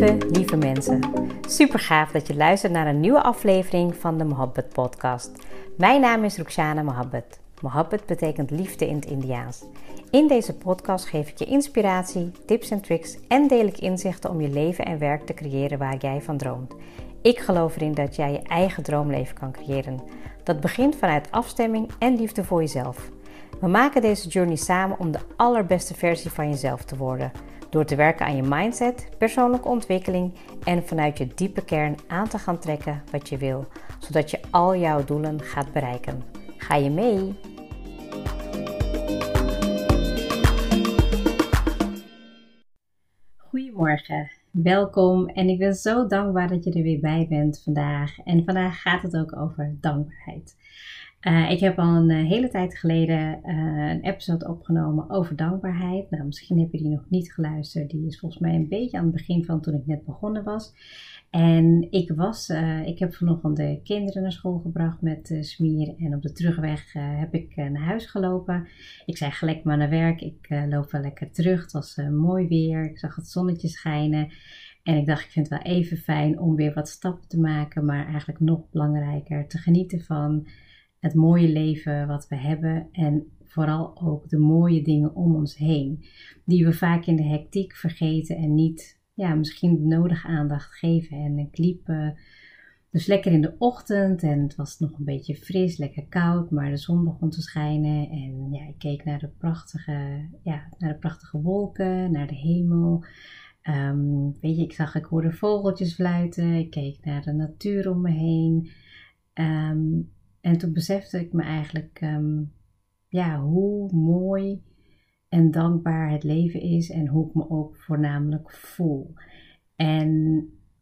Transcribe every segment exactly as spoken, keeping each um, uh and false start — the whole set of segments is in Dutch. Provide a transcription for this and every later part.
Lieve, lieve mensen. Super gaaf dat je luistert naar een nieuwe aflevering van de Mohabbat podcast. Mijn naam is Rukhsana Mohabbat. Mohabbat betekent liefde in het Indiaans. In deze podcast geef ik je inspiratie, tips en tricks en deel ik inzichten om je leven en werk te creëren waar jij van droomt. Ik geloof erin dat jij je eigen droomleven kan creëren. Dat begint vanuit afstemming en liefde voor jezelf. We maken deze journey samen om de allerbeste versie van jezelf te worden. Door te werken aan je mindset, persoonlijke ontwikkeling en vanuit je diepe kern aan te gaan trekken wat je wil. Zodat je al jouw doelen gaat bereiken. Ga je mee? Goedemorgen, welkom en ik ben zo dankbaar dat je er weer bij bent vandaag. En vandaag gaat het ook over dankbaarheid. Uh, ik heb al een uh, hele tijd geleden uh, een episode opgenomen over dankbaarheid. Nou, misschien heb je die nog niet geluisterd. Die is volgens mij een beetje aan het begin van toen ik net begonnen was. En ik was, uh, ik heb vanochtend de kinderen naar school gebracht met uh, Smier. En op de terugweg uh, heb ik uh, naar huis gelopen. Ik zei gelijk maar naar werk. Ik uh, loop wel lekker terug. Het was uh, mooi weer. Ik zag het zonnetje schijnen. En ik dacht, ik vind het wel even fijn om weer wat stappen te maken. Maar eigenlijk nog belangrijker te genieten van het mooie leven wat we hebben en vooral ook de mooie dingen om ons heen. Die we vaak in de hectiek vergeten en niet, ja, misschien de nodige aandacht geven. En ik liep uh, dus lekker in de ochtend en het was nog een beetje fris, lekker koud, maar de zon begon te schijnen. En ja, ik keek naar de prachtige, ja, naar de prachtige wolken, naar de hemel. Um, weet je, ik zag, ik hoorde vogeltjes fluiten, ik keek naar de natuur om me heen. Um, En toen besefte ik me eigenlijk um, ja, hoe mooi en dankbaar het leven is en hoe ik me ook voornamelijk voel. En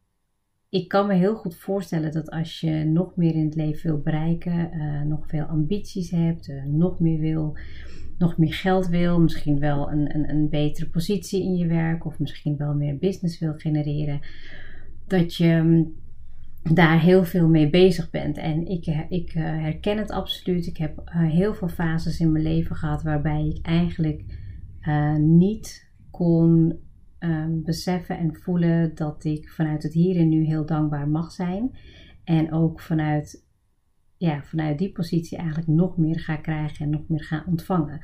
ik kan me heel goed voorstellen dat als je nog meer in het leven wil bereiken, uh, nog veel ambities hebt, uh, nog meer wil, nog meer geld wil, misschien wel een, een, een betere positie in je werk of misschien wel meer business wil genereren, dat je daar heel veel mee bezig bent. En ik, ik uh, herken het absoluut. Ik heb uh, heel veel fases in mijn leven gehad waarbij ik eigenlijk uh, niet kon uh, beseffen en voelen dat ik vanuit het hier en nu heel dankbaar mag zijn. En ook vanuit, ja, vanuit die positie eigenlijk nog meer ga krijgen en nog meer ga ontvangen.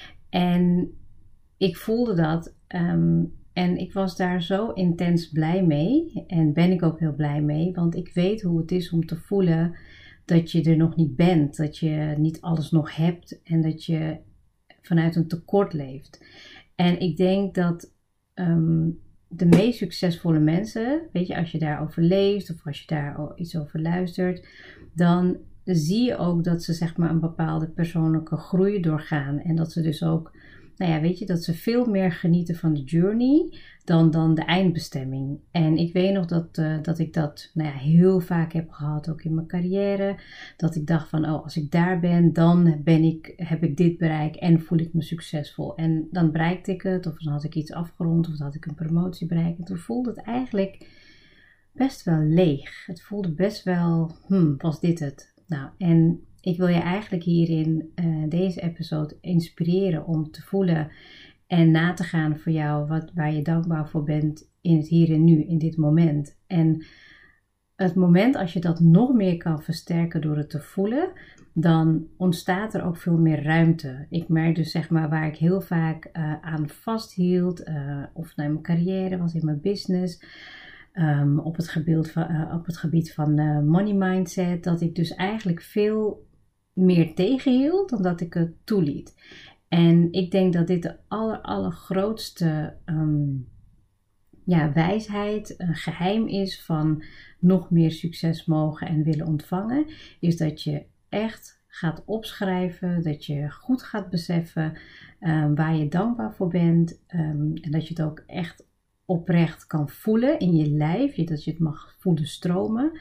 En ik voelde dat Um, En ik was daar zo intens blij mee. En ben ik ook heel blij mee. Want ik weet hoe het is om te voelen dat je er nog niet bent. Dat je niet alles nog hebt. En dat je vanuit een tekort leeft. En ik denk dat um, de meest succesvolle mensen, weet je, als je daarover leest of als je daar iets over luistert, dan zie je ook dat ze, zeg maar, een bepaalde persoonlijke groei doorgaan. En dat ze dus ook, nou ja, weet je, dat ze veel meer genieten van de journey dan, dan de eindbestemming. En ik weet nog dat, uh, dat ik dat, nou ja, heel vaak heb gehad, ook in mijn carrière. Dat ik dacht van, oh, als ik daar ben, dan ben ik, heb ik dit bereikt en voel ik me succesvol. En dan bereikte ik het, of dan had ik iets afgerond, of dan had ik een promotie bereikt. En toen voelde het eigenlijk best wel leeg. Het voelde best wel, hmm, was dit het? Nou, en ik wil je eigenlijk hierin uh, deze episode inspireren om te voelen en na te gaan voor jou wat, waar je dankbaar voor bent in het hier en nu, in dit moment. En het moment als je dat nog meer kan versterken door het te voelen, dan ontstaat er ook veel meer ruimte. Ik merk dus, zeg maar, waar ik heel vaak uh, aan vasthield, uh, of naar mijn carrière was, in mijn business, um, op, het gebied van, uh, op het gebied van uh, money mindset, dat ik dus eigenlijk veel meer tegenhield dan dat ik het toeliet. En ik denk dat dit de aller, allergrootste um, ja, wijsheid, een geheim is van nog meer succes mogen en willen ontvangen, is dat je echt gaat opschrijven, dat je goed gaat beseffen um, waar je dankbaar voor bent, um, en dat je het ook echt oprecht kan voelen in je lijf, dat je het mag voelen stromen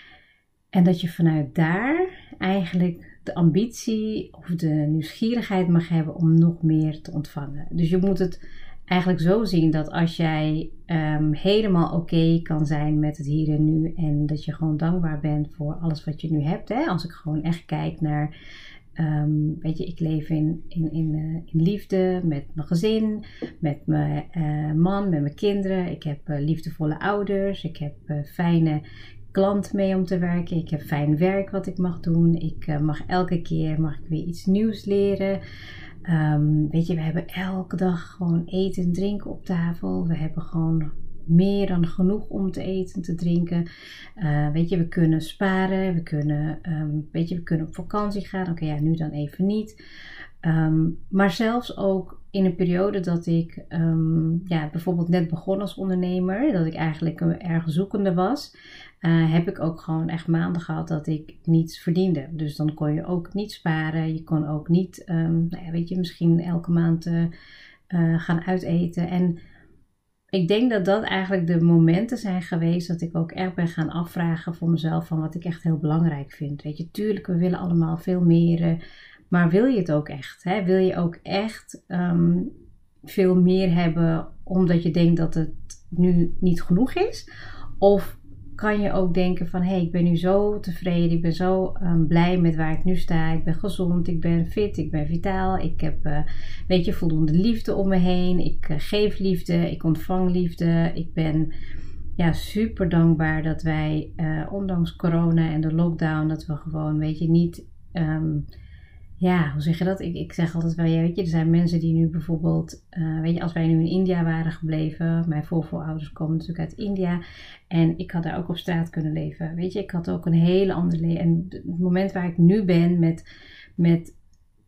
en dat je vanuit daar eigenlijk de ambitie of de nieuwsgierigheid mag hebben om nog meer te ontvangen. Dus je moet het eigenlijk zo zien dat als jij um, helemaal oké okay kan zijn met het hier en nu en dat je gewoon dankbaar bent voor alles wat je nu hebt. Hè? Als ik gewoon echt kijk naar Um, weet je, ik leef in, in, in, uh, in liefde met mijn gezin, met mijn uh, man, met mijn kinderen. Ik heb uh, liefdevolle ouders. Ik heb uh, fijne klanten mee om te werken. Ik heb fijn werk wat ik mag doen. Ik uh, mag elke keer mag ik weer iets nieuws leren. Um, weet je, we hebben elke dag gewoon eten en drinken op tafel. We hebben gewoon meer dan genoeg om te eten en te drinken. Uh, weet je, we kunnen sparen. We kunnen, um, weet je, we kunnen op vakantie gaan. Oké, okay, ja, nu dan even niet. Um, maar zelfs ook in een periode dat ik um, ja, bijvoorbeeld net begon als ondernemer. Dat ik eigenlijk een erg zoekende was. Uh, heb ik ook gewoon echt maanden gehad dat ik niets verdiende. Dus dan kon je ook niet sparen. Je kon ook niet, um, nou ja, weet je, misschien elke maand uh, uh, gaan uiteten. En ik denk dat dat eigenlijk de momenten zijn geweest dat ik ook echt ben gaan afvragen voor mezelf van wat ik echt heel belangrijk vind. Weet je, tuurlijk, we willen allemaal veel meer, uh, maar wil je het ook echt? Hè? Wil je ook echt um, veel meer hebben omdat je denkt dat het nu niet genoeg is? Of kan je ook denken van, hé, hey, ik ben nu zo tevreden, ik ben zo um, blij met waar ik nu sta. Ik ben gezond, ik ben fit, ik ben vitaal. Ik heb, uh, weet je, voldoende liefde om me heen. Ik uh, geef liefde, ik ontvang liefde. Ik ben ja, super dankbaar dat wij, uh, ondanks corona en de lockdown, dat we gewoon, weet je, niet... Um, Ja, hoe zeg je dat? Ik, ik zeg altijd wel, ja, weet je, er zijn mensen die nu bijvoorbeeld, uh, weet je, als wij nu in India waren gebleven, mijn voorvoorouders komen natuurlijk uit India en ik had daar ook op straat kunnen leven, weet je, ik had ook een hele andere leven en het moment waar ik nu ben met, met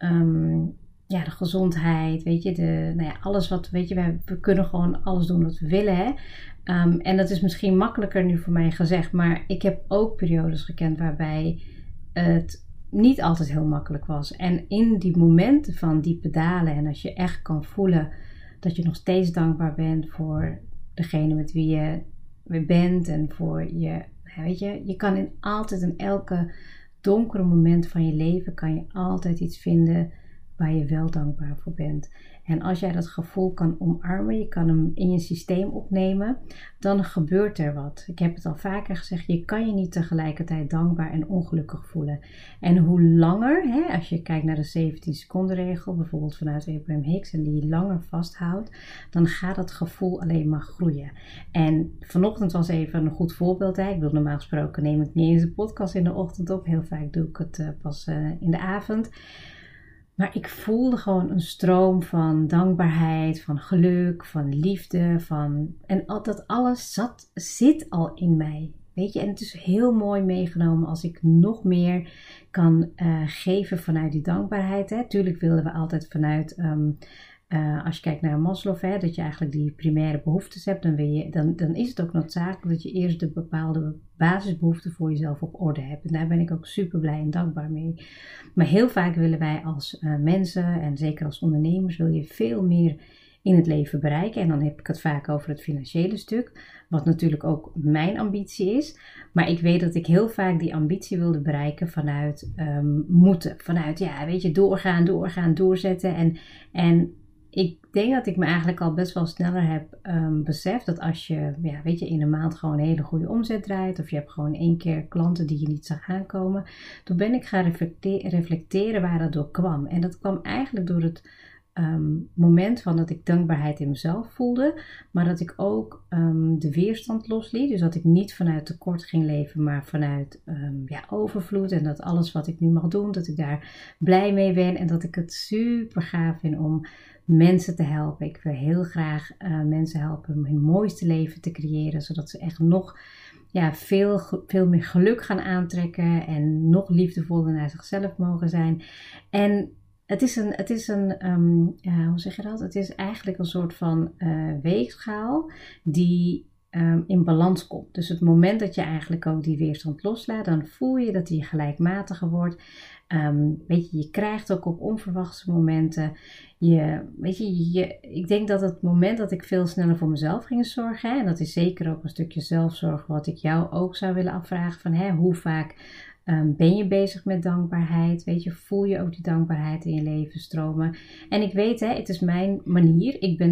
um, ja, de gezondheid, weet je, de, nou ja, alles wat, weet je, wij, we kunnen gewoon alles doen wat we willen, hè. Um, en dat is misschien makkelijker nu voor mij gezegd, maar ik heb ook periodes gekend waarbij het niet altijd heel makkelijk was. En in die momenten van diepe dalen en als je echt kan voelen dat je nog steeds dankbaar bent voor degene met wie je bent en voor je, weet je, je kan in altijd in elke donkere moment van je leven kan je altijd iets vinden waar je wel dankbaar voor bent. En als jij dat gevoel kan omarmen, je kan hem in je systeem opnemen, dan gebeurt er wat. Ik heb het al vaker gezegd, je kan je niet tegelijkertijd dankbaar en ongelukkig voelen. En hoe langer, hè, als je kijkt naar de zeventien seconden regel, bijvoorbeeld vanuit Abraham Hicks, en die langer vasthoudt, dan gaat dat gevoel alleen maar groeien. En vanochtend was even een goed voorbeeld. Hè. Ik bedoel, normaal gesproken neem ik niet eens de podcast in de ochtend op. Heel vaak doe ik het uh, pas uh, in de avond. Maar ik voelde gewoon een stroom van dankbaarheid, van geluk, van liefde. Van... En dat alles zat, zit al in mij. Weet je, en het is heel mooi meegenomen als ik nog meer kan uh, geven vanuit die dankbaarheid. Hè. Tuurlijk willen we altijd vanuit, um, uh, als je kijkt naar Maslow, hè, dat je eigenlijk die primaire behoeftes hebt. Dan, wil je, dan, dan is het ook noodzakelijk dat je eerst de bepaalde basisbehoeften voor jezelf op orde hebt. En daar ben ik ook super blij en dankbaar mee. Maar heel vaak willen wij als uh, mensen en zeker als ondernemers wil je veel meer in het leven bereiken. En dan heb ik het vaak over het financiële stuk. Wat natuurlijk ook mijn ambitie is. Maar ik weet dat ik heel vaak die ambitie wilde bereiken vanuit um, moeten. Vanuit, ja, weet je, doorgaan, doorgaan, doorzetten. En, en ik denk dat ik me eigenlijk al best wel sneller heb um, beseft dat als je, ja, weet je, in een maand gewoon een hele goede omzet draait. Of je hebt gewoon één keer klanten die je niet zag aankomen. Toen ben ik gaan reflecteren, reflecteren waar dat door kwam. En dat kwam eigenlijk door het Um, moment van dat ik dankbaarheid in mezelf voelde, maar dat ik ook um, de weerstand losliet. Dus dat ik niet vanuit tekort ging leven, maar vanuit um, ja, overvloed. En dat alles wat ik nu mag doen, dat ik daar blij mee ben. En dat ik het super gaaf vind om mensen te helpen. Ik wil heel graag uh, mensen helpen om hun mooiste leven te creëren, zodat ze echt nog ja, veel, veel meer geluk gaan aantrekken en nog liefdevoller naar zichzelf mogen zijn. En Het is een, het is een um, ja, hoe zeg je dat? Het is eigenlijk een soort van uh, weegschaal die um, in balans komt. Dus het moment dat je eigenlijk ook die weerstand loslaat, dan voel je dat die gelijkmatiger wordt. Um, weet je, je krijgt ook op onverwachte momenten. Je, weet je, je, ik denk dat het moment dat ik veel sneller voor mezelf ging zorgen, hè, en dat is zeker ook een stukje zelfzorg wat ik jou ook zou willen afvragen van hè, hoe vaak Um, ben je bezig met dankbaarheid? Weet je, voel je ook die dankbaarheid in je leven stromen? En ik weet, hè, het is mijn manier. Ik ben er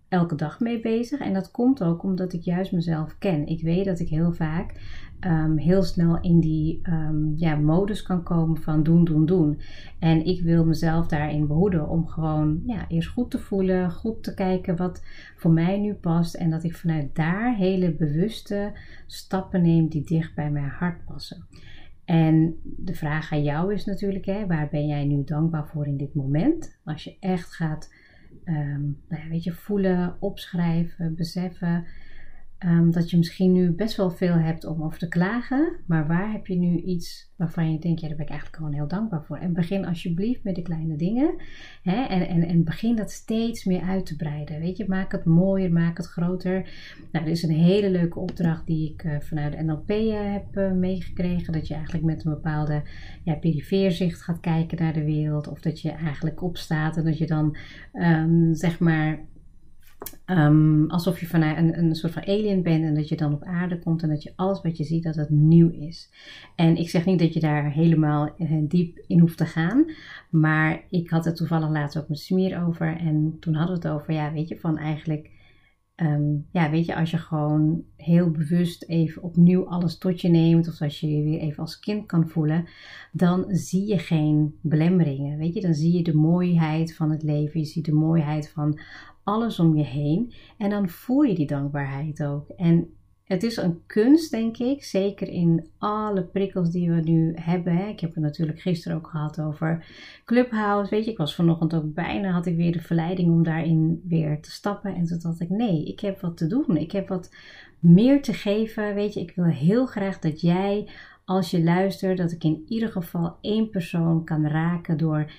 elke dag mee bezig. En dat komt ook omdat ik juist mezelf ken. Ik weet dat ik heel vaak um, heel snel in die um, ja, modus kan komen van doen, doen, doen. En ik wil mezelf daarin behoeden om gewoon ja, eerst goed te voelen, goed te kijken wat voor mij nu past. En dat ik vanuit daar hele bewuste stappen neem die dicht bij mijn hart passen. En de vraag aan jou is natuurlijk, hè, waar ben jij nu dankbaar voor in dit moment? Als je echt gaat um, nou ja, weet je, voelen, opschrijven, beseffen um, dat je misschien nu best wel veel hebt om over te klagen. Maar waar heb je nu iets waarvan je denkt, ja, daar ben ik eigenlijk gewoon heel dankbaar voor. En begin alsjeblieft met de kleine dingen. Hè, en, en, en begin dat steeds meer uit te breiden. Weet je, maak het mooier, maak het groter. Nou, dit is een hele leuke opdracht die ik uh, vanuit de N L P uh, heb uh, meegekregen. Dat je eigenlijk met een bepaalde ja, perifeerzicht gaat kijken naar de wereld. Of dat je eigenlijk opstaat en dat je dan um, zeg maar Um, alsof je vanuit een, een soort van alien bent en dat je dan op aarde komt en dat je alles wat je ziet dat het nieuw is. En ik zeg niet dat je daar helemaal uh, diep in hoeft te gaan, maar ik had het toevallig laatst ook met Smier over en toen hadden we het over, ja weet je, van eigenlijk, um, ja weet je, als je gewoon heel bewust even opnieuw alles tot je neemt of als je je weer even als kind kan voelen, dan zie je geen belemmeringen, weet je, dan zie je de mooiheid van het leven, je ziet de mooiheid van alles om je heen en dan voel je die dankbaarheid ook. En het is een kunst, denk ik, zeker in alle prikkels die we nu hebben. Hè. Ik heb het natuurlijk gisteren ook gehad over Clubhouse, weet je, ik was vanochtend ook bijna, had ik weer de verleiding om daarin weer te stappen en toen dacht ik, nee, ik heb wat te doen, ik heb wat meer te geven, weet je, ik wil heel graag dat jij, als je luistert, dat ik in ieder geval één persoon kan raken door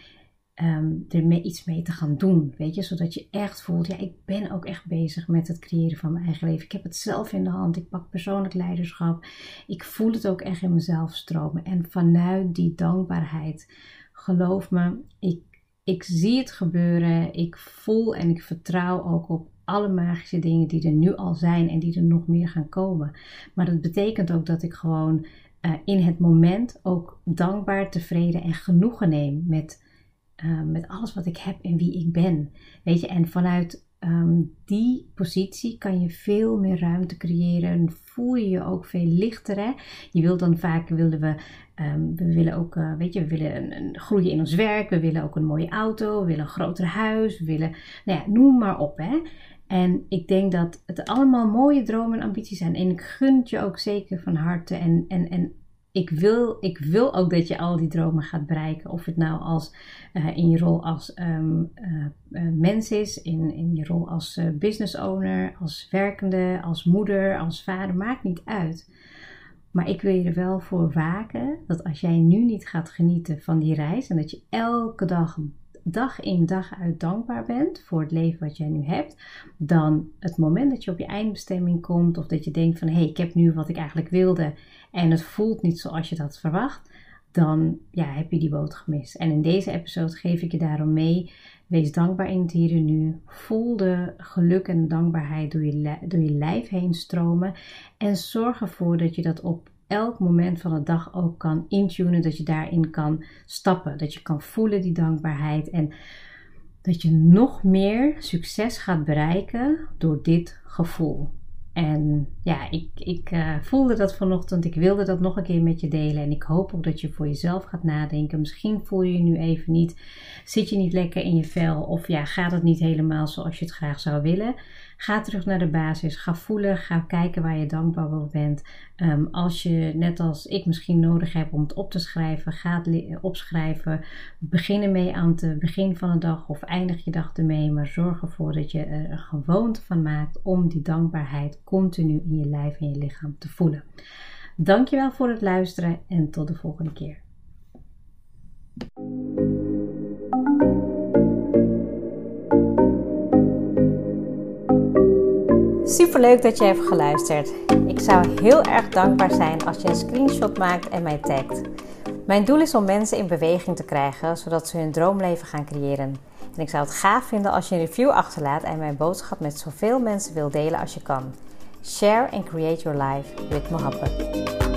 Um, er mee, iets mee te gaan doen, weet je, zodat je echt voelt, ja, ik ben ook echt bezig met het creëren van mijn eigen leven. Ik heb het zelf in de hand, ik pak persoonlijk leiderschap, ik voel het ook echt in mezelf stromen en vanuit die dankbaarheid, geloof me, ik, ik zie het gebeuren, ik voel en ik vertrouw ook op alle magische dingen die er nu al zijn en die er nog meer gaan komen. Maar dat betekent ook dat ik gewoon uh, in het moment ook dankbaar, tevreden en genoegen neem met Uh, met alles wat ik heb en wie ik ben. Weet je, en vanuit um, die positie kan je veel meer ruimte creëren. En voel je je ook veel lichter. Hè? Je wil dan vaak, willen we, um, we willen ook, uh, weet je, we willen een, een groeien in ons werk. We willen ook een mooie auto. We willen een groter huis. We willen, nou ja, noem maar op, hè. En ik denk dat het allemaal mooie dromen en ambities zijn. En ik gun het je ook zeker van harte. En, en, en Ik wil, ik wil ook dat je al die dromen gaat bereiken. Of het nou als, uh, in je rol als um, uh, uh, mens is, in, in je rol als uh, business owner, als werkende, als moeder, als vader, maakt niet uit. Maar ik wil je er wel voor waken dat als jij nu niet gaat genieten van die reis en dat je elke dag, dag in dag uit dankbaar bent voor het leven wat jij nu hebt, dan het moment dat je op je eindbestemming komt of dat je denkt van hé, hey, ik heb nu wat ik eigenlijk wilde en het voelt niet zoals je dat verwacht, dan ja, heb je die boot gemist. En in deze episode geef ik je daarom mee, wees dankbaar in het hier en nu, voel de geluk en dankbaarheid door je, door je lijf heen stromen en zorg ervoor dat je dat op elk moment van de dag ook kan intunen, dat je daarin kan stappen, dat je kan voelen die dankbaarheid en dat je nog meer succes gaat bereiken door dit gevoel. En ja, ik, ik uh, voelde dat vanochtend, ik wilde dat nog een keer met je delen en ik hoop ook dat je voor jezelf gaat nadenken. Misschien voel je je nu even niet, zit je niet lekker in je vel of ja, gaat het niet helemaal zoals je het graag zou willen. Ga terug naar de basis, ga voelen, ga kijken waar je dankbaar voor bent. Um, als je, net als ik misschien nodig hebt om het op te schrijven, ga het opschrijven. Begin ermee aan het begin van de dag of eindig je dag ermee. Maar zorg ervoor dat je er een gewoonte van maakt om die dankbaarheid continu in je lijf en je lichaam te voelen. Dankjewel voor het luisteren en tot de volgende keer. Superleuk dat je hebt geluisterd. Ik zou heel erg dankbaar zijn als je een screenshot maakt en mij tagt. Mijn doel is om mensen in beweging te krijgen, zodat ze hun droomleven gaan creëren. En ik zou het gaaf vinden als je een review achterlaat en mijn boodschap met zoveel mensen wil delen als je kan. Share and create your life with Mohabbat.